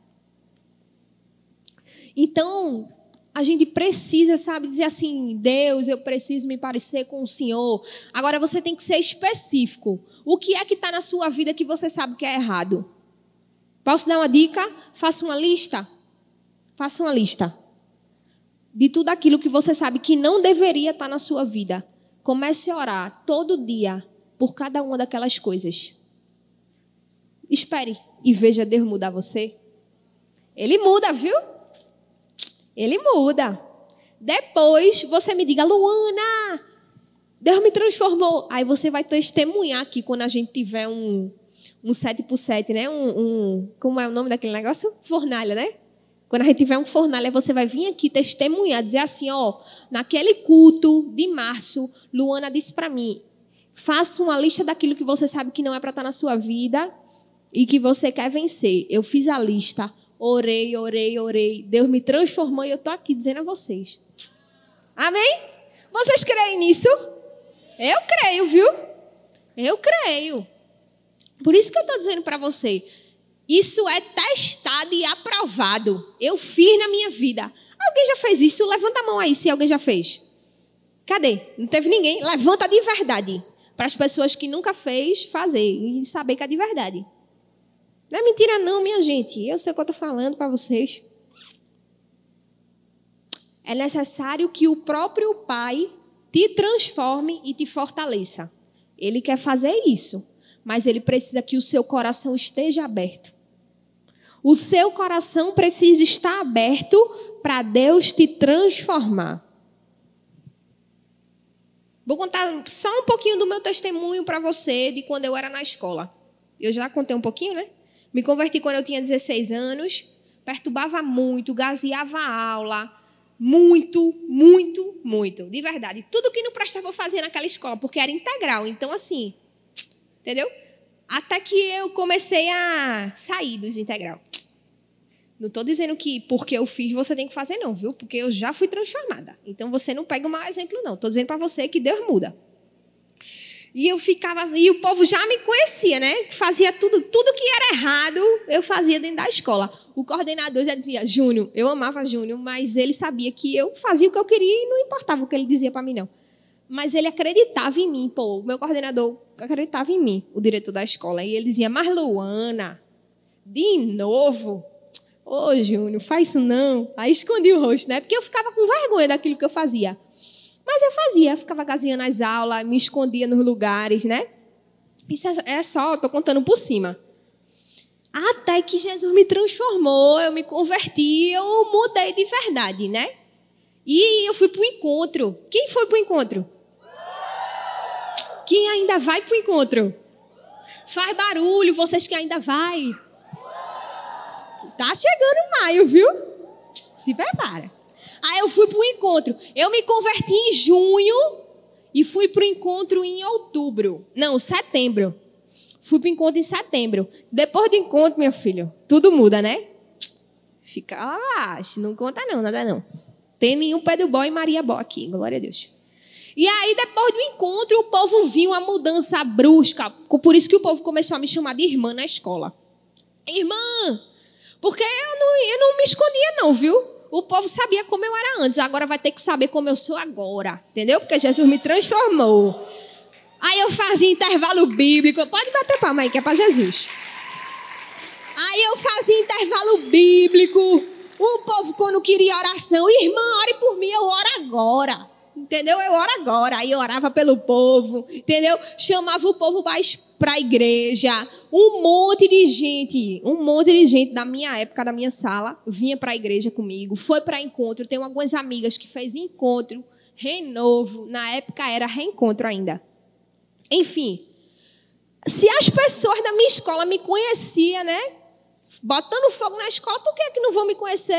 Então, a gente precisa, sabe, dizer assim, Deus, eu preciso me parecer com o Senhor. Agora, você tem que ser específico. O que é que está na sua vida que você sabe que é errado? Posso dar uma dica? Faça uma lista. Faça uma lista de tudo aquilo que você sabe que não deveria estar na sua vida. Comece a orar todo dia por cada uma daquelas coisas. Espere e veja Deus mudar você. Ele muda, viu? Ele muda. Depois você me diga, Luana, Deus me transformou. Aí você vai testemunhar aqui quando a gente tiver um 7x7, né? Como é o nome daquele negócio? Fornalha, né? Quando a gente tiver um fornalha, você vai vir aqui testemunhar, dizer assim, ó, naquele culto de março, Luana disse para mim, faça uma lista daquilo que você sabe que não é para estar na sua vida e que você quer vencer. Eu fiz a lista, orei. Deus me transformou e eu estou aqui dizendo a vocês. Amém? Vocês creem nisso? Eu creio, viu? Eu creio. Por isso que eu estou dizendo para você, isso é testado e aprovado. Eu fiz na minha vida. Alguém já fez isso? Levanta a mão aí se alguém já fez. Cadê? Não teve ninguém? Levanta de verdade. Para as pessoas que nunca fez, fazer e saber que é de verdade. Não é mentira não, minha gente. Eu sei o que eu estou falando para vocês. É necessário que o próprio Pai te transforme e te fortaleça. Ele quer fazer isso. Mas ele precisa que o seu coração esteja aberto. O seu coração precisa estar aberto para Deus te transformar. Vou contar só um pouquinho do meu testemunho para você de quando eu era na escola. Eu já contei um pouquinho, né? Me converti quando eu tinha 16 anos. Perturbava muito, gazeava a aula. Muito. De verdade. Tudo que não prestava eu fazia naquela escola, porque era integral. Então, assim... Entendeu? Até que eu comecei a sair dos integral. Não estou dizendo que porque eu fiz você tem que fazer não, viu? Porque eu já fui transformada. Então você não pega o mau exemplo não. Estou dizendo para você que Deus muda. E eu ficava e o povo já me conhecia, né? Fazia tudo que era errado, eu fazia dentro da escola. O coordenador já dizia, Júnior, eu amava Júnior, mas ele sabia que eu fazia o que eu queria e não importava o que ele dizia para mim não. Mas ele acreditava em mim, pô. O meu coordenador acreditava em mim, o diretor da escola. E ele dizia, mas Luana, de novo? Ô, Júnior, faz isso não. Aí escondi o rosto, né? Porque eu ficava com vergonha daquilo que eu fazia. Mas eu fazia, ficava gazeando as aulas, me escondia nos lugares, né? Isso é só, estou contando por cima. Até que Jesus me transformou, eu me converti, eu mudei de verdade, né? E eu fui para o encontro. Quem foi para o encontro? Quem ainda vai para o encontro? Faz barulho, vocês que ainda vai. Tá chegando maio, viu? Se prepara. Aí eu fui para o encontro. Eu me converti em junho e fui para o encontro em outubro. Não, setembro. Fui para o encontro em setembro. Depois do encontro, meu filho, tudo muda, né? Fica lá abaixo. Não conta não, nada não. Tem nenhum Pedro Bó e Maria Bó aqui, glória a Deus. E aí, depois do encontro, o povo viu uma mudança brusca. Por isso que o povo começou a me chamar de irmã na escola. Irmã, porque eu não me escondia não, viu? O povo sabia como eu era antes, agora vai ter que saber como eu sou agora, entendeu? Porque Jesus me transformou. Aí eu fazia intervalo bíblico. Pode bater palma aí, que é para Jesus. Aí eu fazia intervalo bíblico. O povo, quando queria oração, irmã, ore por mim, eu oro agora. Entendeu? Eu oro agora. Aí eu orava pelo povo, entendeu? Chamava o povo para a igreja. Um monte de gente da minha época, da minha sala, vinha para a igreja comigo, foi para encontro. Tenho algumas amigas que fez encontro, renovo. Na época era reencontro ainda. Enfim, se as pessoas da minha escola me conheciam, né? Botando fogo na escola, por que não vão me conhecer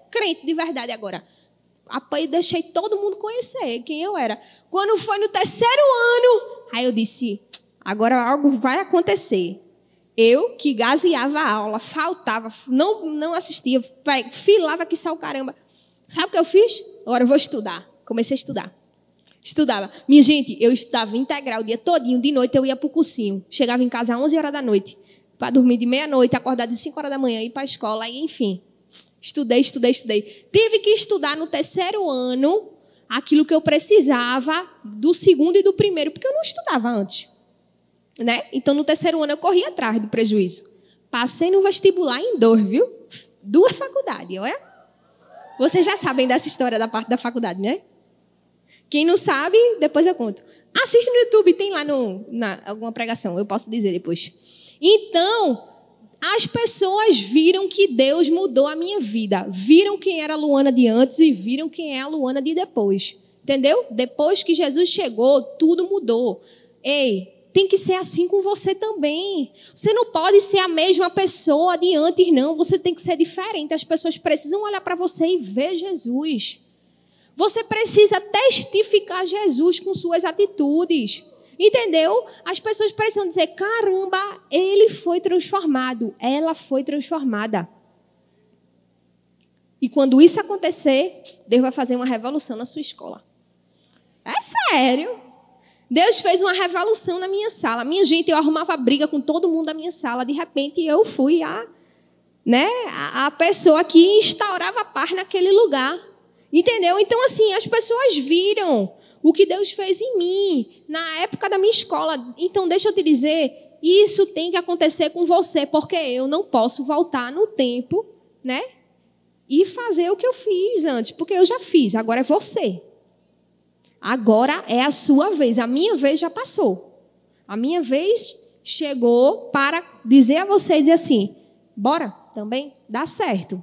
crente de verdade agora. Aí deixei todo mundo conhecer quem eu era. Quando foi no terceiro ano, aí eu disse, agora algo vai acontecer. Eu, que gaseava a aula, faltava, não assistia, filava que saiu caramba. Sabe o que eu fiz? Agora eu vou estudar. Comecei a estudar. Estudava. Minha gente, eu estudava integral o dia todinho. De noite eu ia para o cursinho. Chegava em casa às 11 horas da noite. Para dormir de meia-noite, acordar de 5 horas da manhã, ir para a escola. E, enfim, estudei. Tive que estudar no terceiro ano aquilo que eu precisava do segundo e do primeiro, porque eu não estudava antes. Né? Então, no terceiro ano, eu corri atrás do prejuízo. Passei no vestibular em 2, viu? 2 faculdades, olha. Vocês já sabem dessa história da parte da faculdade, né? Quem não sabe, depois eu conto. Assiste no YouTube, tem lá alguma pregação, eu posso dizer depois. Então, as pessoas viram que Deus mudou a minha vida. Viram quem era a Luana de antes e viram quem é a Luana de depois. Entendeu? Depois que Jesus chegou, tudo mudou. Ei, tem que ser assim com você também. Você não pode ser a mesma pessoa de antes, não. Você tem que ser diferente. As pessoas precisam olhar para você e ver Jesus. Você precisa testificar Jesus com suas atitudes. Entendeu? As pessoas precisam dizer, caramba, ele foi transformado. Ela foi transformada. E quando isso acontecer, Deus vai fazer uma revolução na sua escola. É sério. Deus fez uma revolução na minha sala. Minha gente, eu arrumava briga com todo mundo da minha sala. De repente, eu fui a pessoa que instaurava a paz naquele lugar. Entendeu? Então, assim, as pessoas viram o que Deus fez em mim, na época da minha escola. Então, deixa eu te dizer, isso tem que acontecer com você, porque eu não posso voltar no tempo, né? E fazer o que eu fiz antes, porque eu já fiz, agora é você. Agora é a sua vez. A minha vez já passou. A minha vez chegou para dizer a você, dizer assim, bora também, dá certo.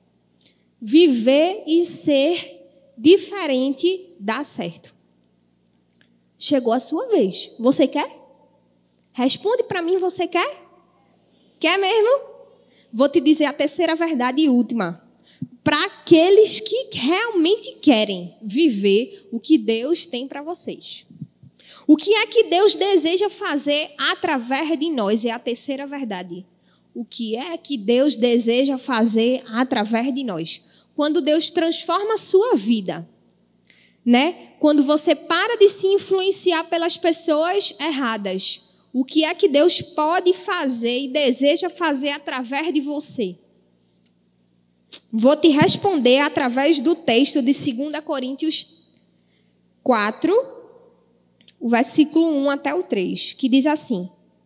Viver e ser diferente dá certo. Chegou a sua vez. Você quer? Responde para mim, você quer? Quer mesmo? Vou te dizer a terceira verdade e última. Para aqueles que realmente querem viver o que Deus tem para vocês. O que é que Deus deseja fazer através de nós? É a terceira verdade. O que é que Deus deseja fazer através de nós? Quando Deus transforma a sua vida, né? Quando você para de se influenciar pelas pessoas erradas, o que é que Deus pode fazer e deseja fazer através de você? Vou te responder através do texto de 2 Coríntios 4, o versículo 1 até o 3, que diz assim: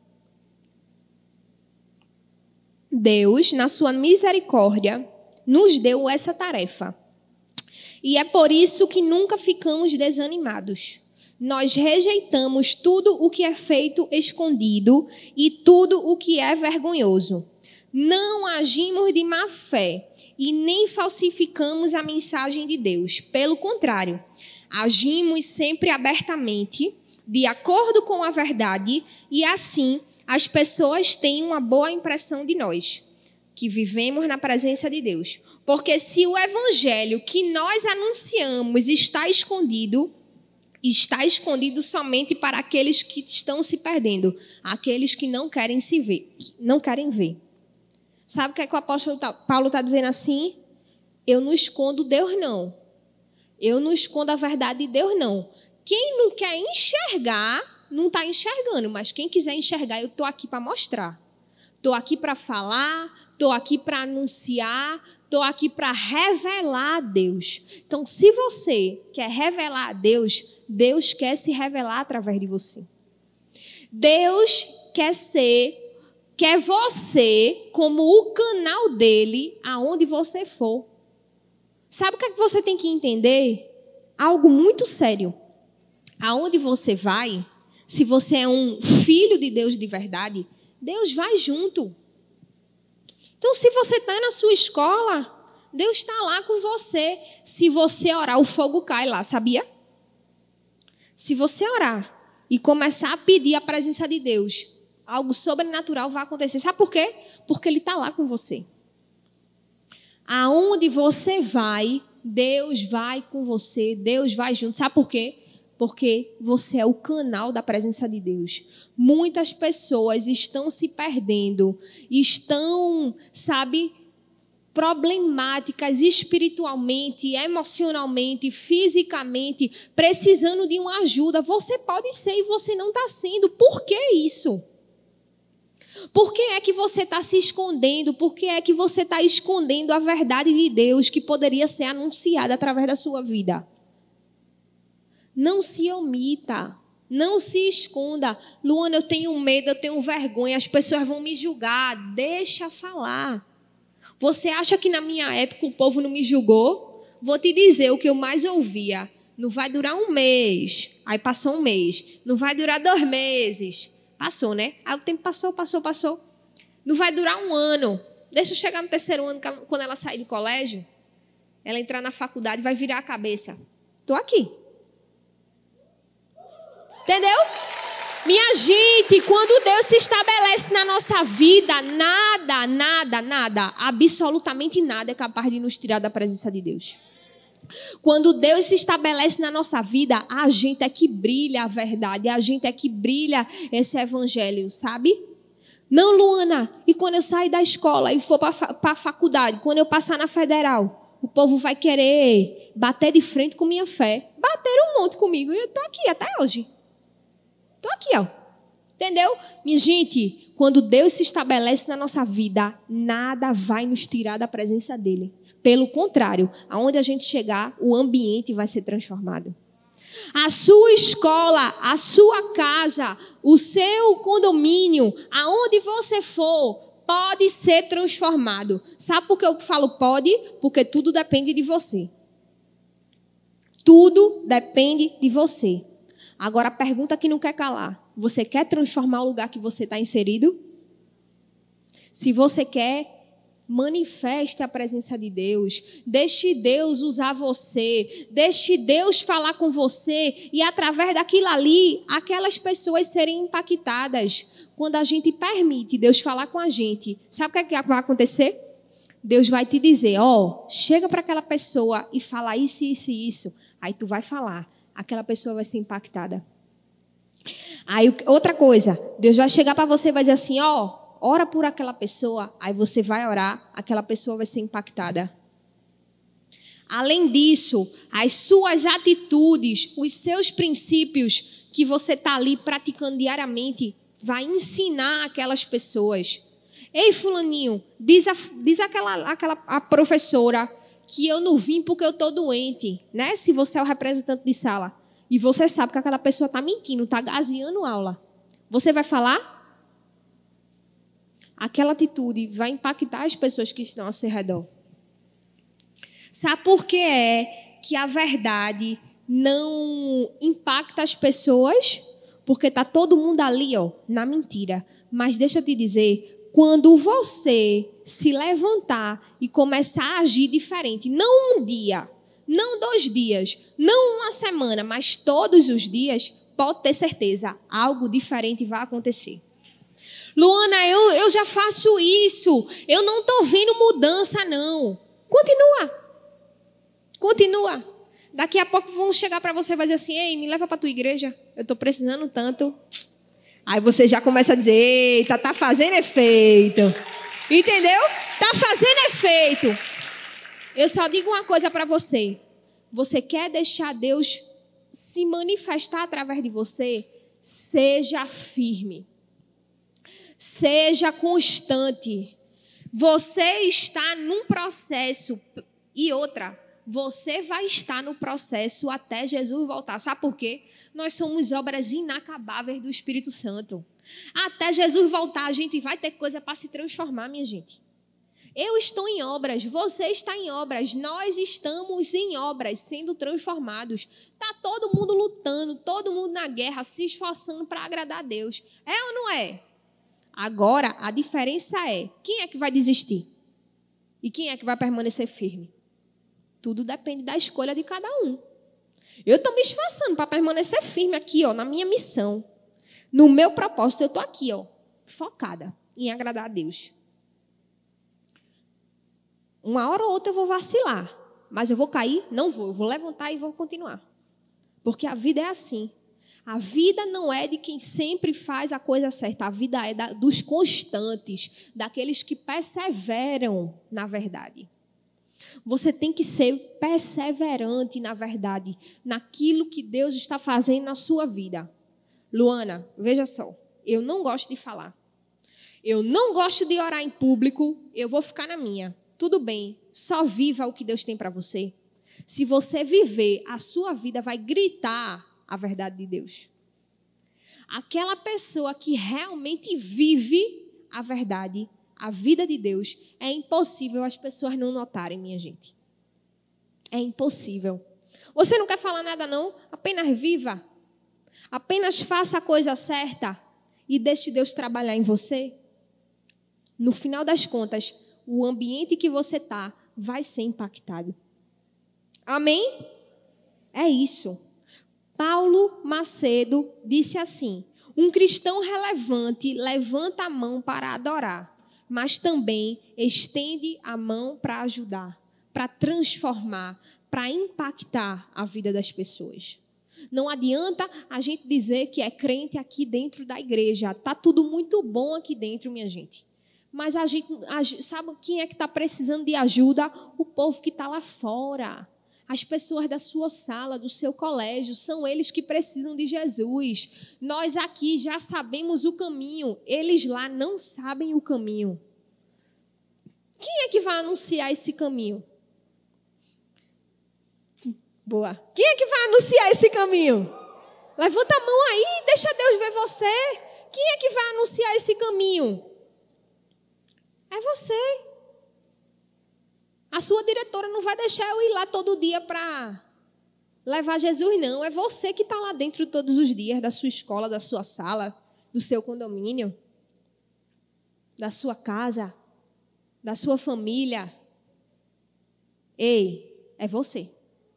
Deus, na sua misericórdia, nos deu essa tarefa. E é por isso que nunca ficamos desanimados. Nós rejeitamos tudo o que é feito escondido e tudo o que é vergonhoso. Não agimos de má fé e nem falsificamos a mensagem de Deus. Pelo contrário, agimos sempre abertamente, de acordo com a verdade, e assim as pessoas têm uma boa impressão de nós, que vivemos na presença de Deus. Porque se o evangelho que nós anunciamos está escondido somente para aqueles que estão se perdendo, aqueles que não querem se ver, não querem ver. Sabe o que é que o apóstolo Paulo está dizendo assim? Eu não escondo Deus, não. Eu não escondo a verdade de Deus, não. Quem não quer enxergar, não está enxergando, mas quem quiser enxergar, eu estou aqui para mostrar. Estou aqui para falar, estou aqui para anunciar, estou aqui para revelar a Deus. Então, se você quer revelar a Deus, Deus quer se revelar através de você. Deus quer você como o canal dele aonde você for. Sabe o que é que você tem que entender? Algo muito sério. Aonde você vai, se você é um filho de Deus de verdade, Deus vai junto. Então, se você está na sua escola, Deus está lá com você. Se você orar, o fogo cai lá, sabia? Se você orar e começar a pedir a presença de Deus, algo sobrenatural vai acontecer. Sabe por quê? Porque Ele está lá com você. Aonde você vai, Deus vai com você, Deus vai junto. Sabe por quê? Porque você é o canal da presença de Deus. Muitas pessoas estão se perdendo, estão, problemáticas espiritualmente, emocionalmente, fisicamente, precisando de uma ajuda. Você pode ser e você não está sendo. Por que isso? Por que é que você está se escondendo? Por que é que você está escondendo a verdade de Deus que poderia ser anunciada através da sua vida? Não se omita. Não se esconda. Luana, eu tenho medo, eu tenho vergonha, as pessoas vão me julgar. Deixa falar. Você acha que na minha época o povo não me julgou? Vou te dizer o que eu mais ouvia. Não vai durar um mês. Aí passou um mês. Não vai durar 2 meses. Passou, né? Aí o tempo passou. Não vai durar um ano. Deixa eu chegar no 3º ano, quando ela sair do colégio, ela entrar na faculdade, vai virar a cabeça. Estou aqui. Entendeu? Minha gente, quando Deus se estabelece na nossa vida, nada, absolutamente nada é capaz de nos tirar da presença de Deus. Quando Deus se estabelece na nossa vida, a gente é que brilha a verdade, a gente é que brilha esse evangelho, sabe? Não, Luana, e quando eu sair da escola e for para a faculdade, quando eu passar na federal, o povo vai querer bater de frente com minha fé. Bateram um monte comigo e eu estou aqui até hoje. Estou aqui, ó. Entendeu? Minha gente, quando Deus se estabelece na nossa vida, nada vai nos tirar da presença dele. Pelo contrário, aonde a gente chegar, o ambiente vai ser transformado. A sua escola, a sua casa, o seu condomínio, aonde você for, pode ser transformado. Sabe por que eu falo pode? Porque tudo depende de você. Tudo depende de você. Agora, a pergunta que não quer calar. Você quer transformar o lugar que você está inserido? Se você quer, manifeste a presença de Deus. Deixe Deus usar você. Deixe Deus falar com você. E através daquilo ali, aquelas pessoas serem impactadas. Quando a gente permite Deus falar com a gente, sabe o que é que vai acontecer? Deus vai te dizer, chega para aquela pessoa e fala isso, isso e isso. Aí tu vai falar. Aquela pessoa vai ser impactada. Aí, outra coisa, Deus vai chegar para você e vai dizer assim, ora por aquela pessoa. Aí você vai orar, aquela pessoa vai ser impactada. Além disso, as suas atitudes, os seus princípios que você está ali praticando diariamente, vai ensinar aquelas pessoas. Ei, fulaninho, diz a professora que eu não vim porque eu estou doente, né? Se você é o representante de sala e você sabe que aquela pessoa está mentindo, está gaseando aula, você vai falar? Aquela atitude vai impactar as pessoas que estão ao seu redor. Sabe por que é que a verdade não impacta as pessoas? Porque está todo mundo ali, na mentira. Mas deixa eu te dizer, quando você se levantar e começar a agir diferente, não um dia, não 2 dias, não uma semana, mas todos os dias, pode ter certeza, algo diferente vai acontecer. Luana, eu já faço isso, eu não estou vendo mudança, não. Continua. Daqui a pouco vão chegar para você e vai dizer assim, ei, me leva para a tua igreja, eu estou precisando tanto. Aí você já começa a dizer, eita, tá fazendo efeito. Entendeu? Tá fazendo efeito. Eu só digo uma coisa para você. Você quer deixar Deus se manifestar através de você? Seja firme. Seja constante. Você está num processo. E outra, você vai estar no processo até Jesus voltar. Sabe por quê? Nós somos obras inacabáveis do Espírito Santo. Até Jesus voltar, a gente vai ter coisa para se transformar, minha gente. Eu estou em obras, você está em obras, nós estamos em obras, sendo transformados. Está todo mundo lutando, todo mundo na guerra, se esforçando para agradar a Deus. É ou não é? Agora, a diferença é, quem é que vai desistir? E quem é que vai permanecer firme? Tudo depende da escolha de cada um. Eu estou me esforçando para permanecer firme aqui, na minha missão. No meu propósito, eu estou aqui, focada em agradar a Deus. Uma hora ou outra eu vou vacilar. Mas eu vou cair? Não vou. Eu vou levantar e vou continuar. Porque a vida é assim. A vida não é de quem sempre faz a coisa certa. A vida é dos constantes, daqueles que perseveram na verdade. Você tem que ser perseverante na verdade, naquilo que Deus está fazendo na sua vida. Luana, veja só, eu não gosto de falar. Eu não gosto de orar em público, eu vou ficar na minha. Tudo bem, só viva o que Deus tem para você. Se você viver, a sua vida vai gritar a verdade de Deus. Aquela pessoa que realmente vive a verdade, a vida de Deus, é impossível as pessoas não notarem, minha gente. É impossível. Você não quer falar nada não? Apenas viva. Apenas faça a coisa certa e deixe Deus trabalhar em você. No final das contas, o ambiente que você está vai ser impactado. Amém? É isso. Paulo Macedo disse assim: um cristão relevante levanta a mão para adorar, mas também estende a mão para ajudar, para transformar, para impactar a vida das pessoas. Não adianta a gente dizer que é crente aqui dentro da igreja. Está tudo muito bom aqui dentro, minha gente. Mas a gente sabe quem é que está precisando de ajuda? O povo que está lá fora. As pessoas da sua sala, do seu colégio, são eles que precisam de Jesus. Nós aqui já sabemos o caminho, eles lá não sabem o caminho. Quem é que vai anunciar esse caminho? Boa. Quem é que vai anunciar esse caminho? Levanta a mão aí, deixa Deus ver você. Quem é que vai anunciar esse caminho? É você. A sua diretora não vai deixar eu ir lá todo dia para levar Jesus, não. É você que está lá dentro todos os dias, da sua escola, da sua sala, do seu condomínio, da sua casa, da sua família. Ei, é você.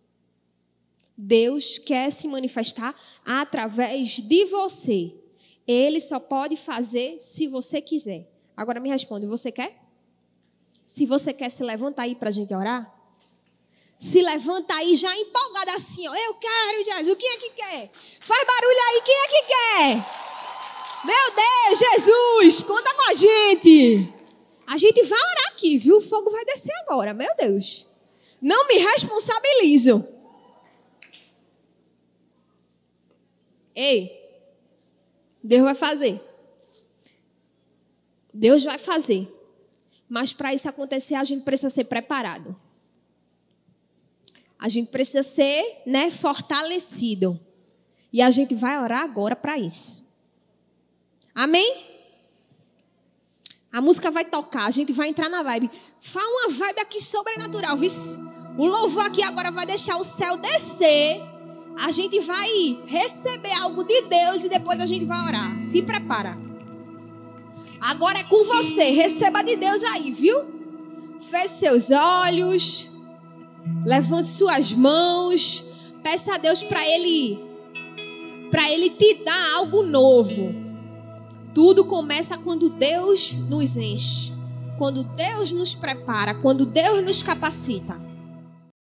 Deus quer se manifestar através de você. Ele só pode fazer se você quiser. Agora me responde, você quer? Se você quer, se levanta aí para a gente orar. Se levanta aí já empolgada assim, ó. Eu quero, Jesus. Quem é que quer? Faz barulho aí, quem é que quer? Meu Deus, Jesus, conta com a gente. A gente vai orar aqui, viu? O fogo vai descer agora, meu Deus. Não me responsabilizo. Ei, Deus vai fazer. Deus vai fazer. Mas para isso acontecer, a gente precisa ser preparado. A gente precisa ser, fortalecido. E a gente vai orar agora para isso. Amém? A música vai tocar, a gente vai entrar na vibe. Faz uma vibe aqui sobrenatural, viu? O louvor aqui agora vai deixar o céu descer. A gente vai receber algo de Deus e depois a gente vai orar. Se prepara. Agora é com você. Receba de Deus aí, viu? Feche seus olhos. Levante suas mãos. Peça a Deus para Ele te dar algo novo. Tudo começa quando Deus nos enche. Quando Deus nos prepara. Quando Deus nos capacita.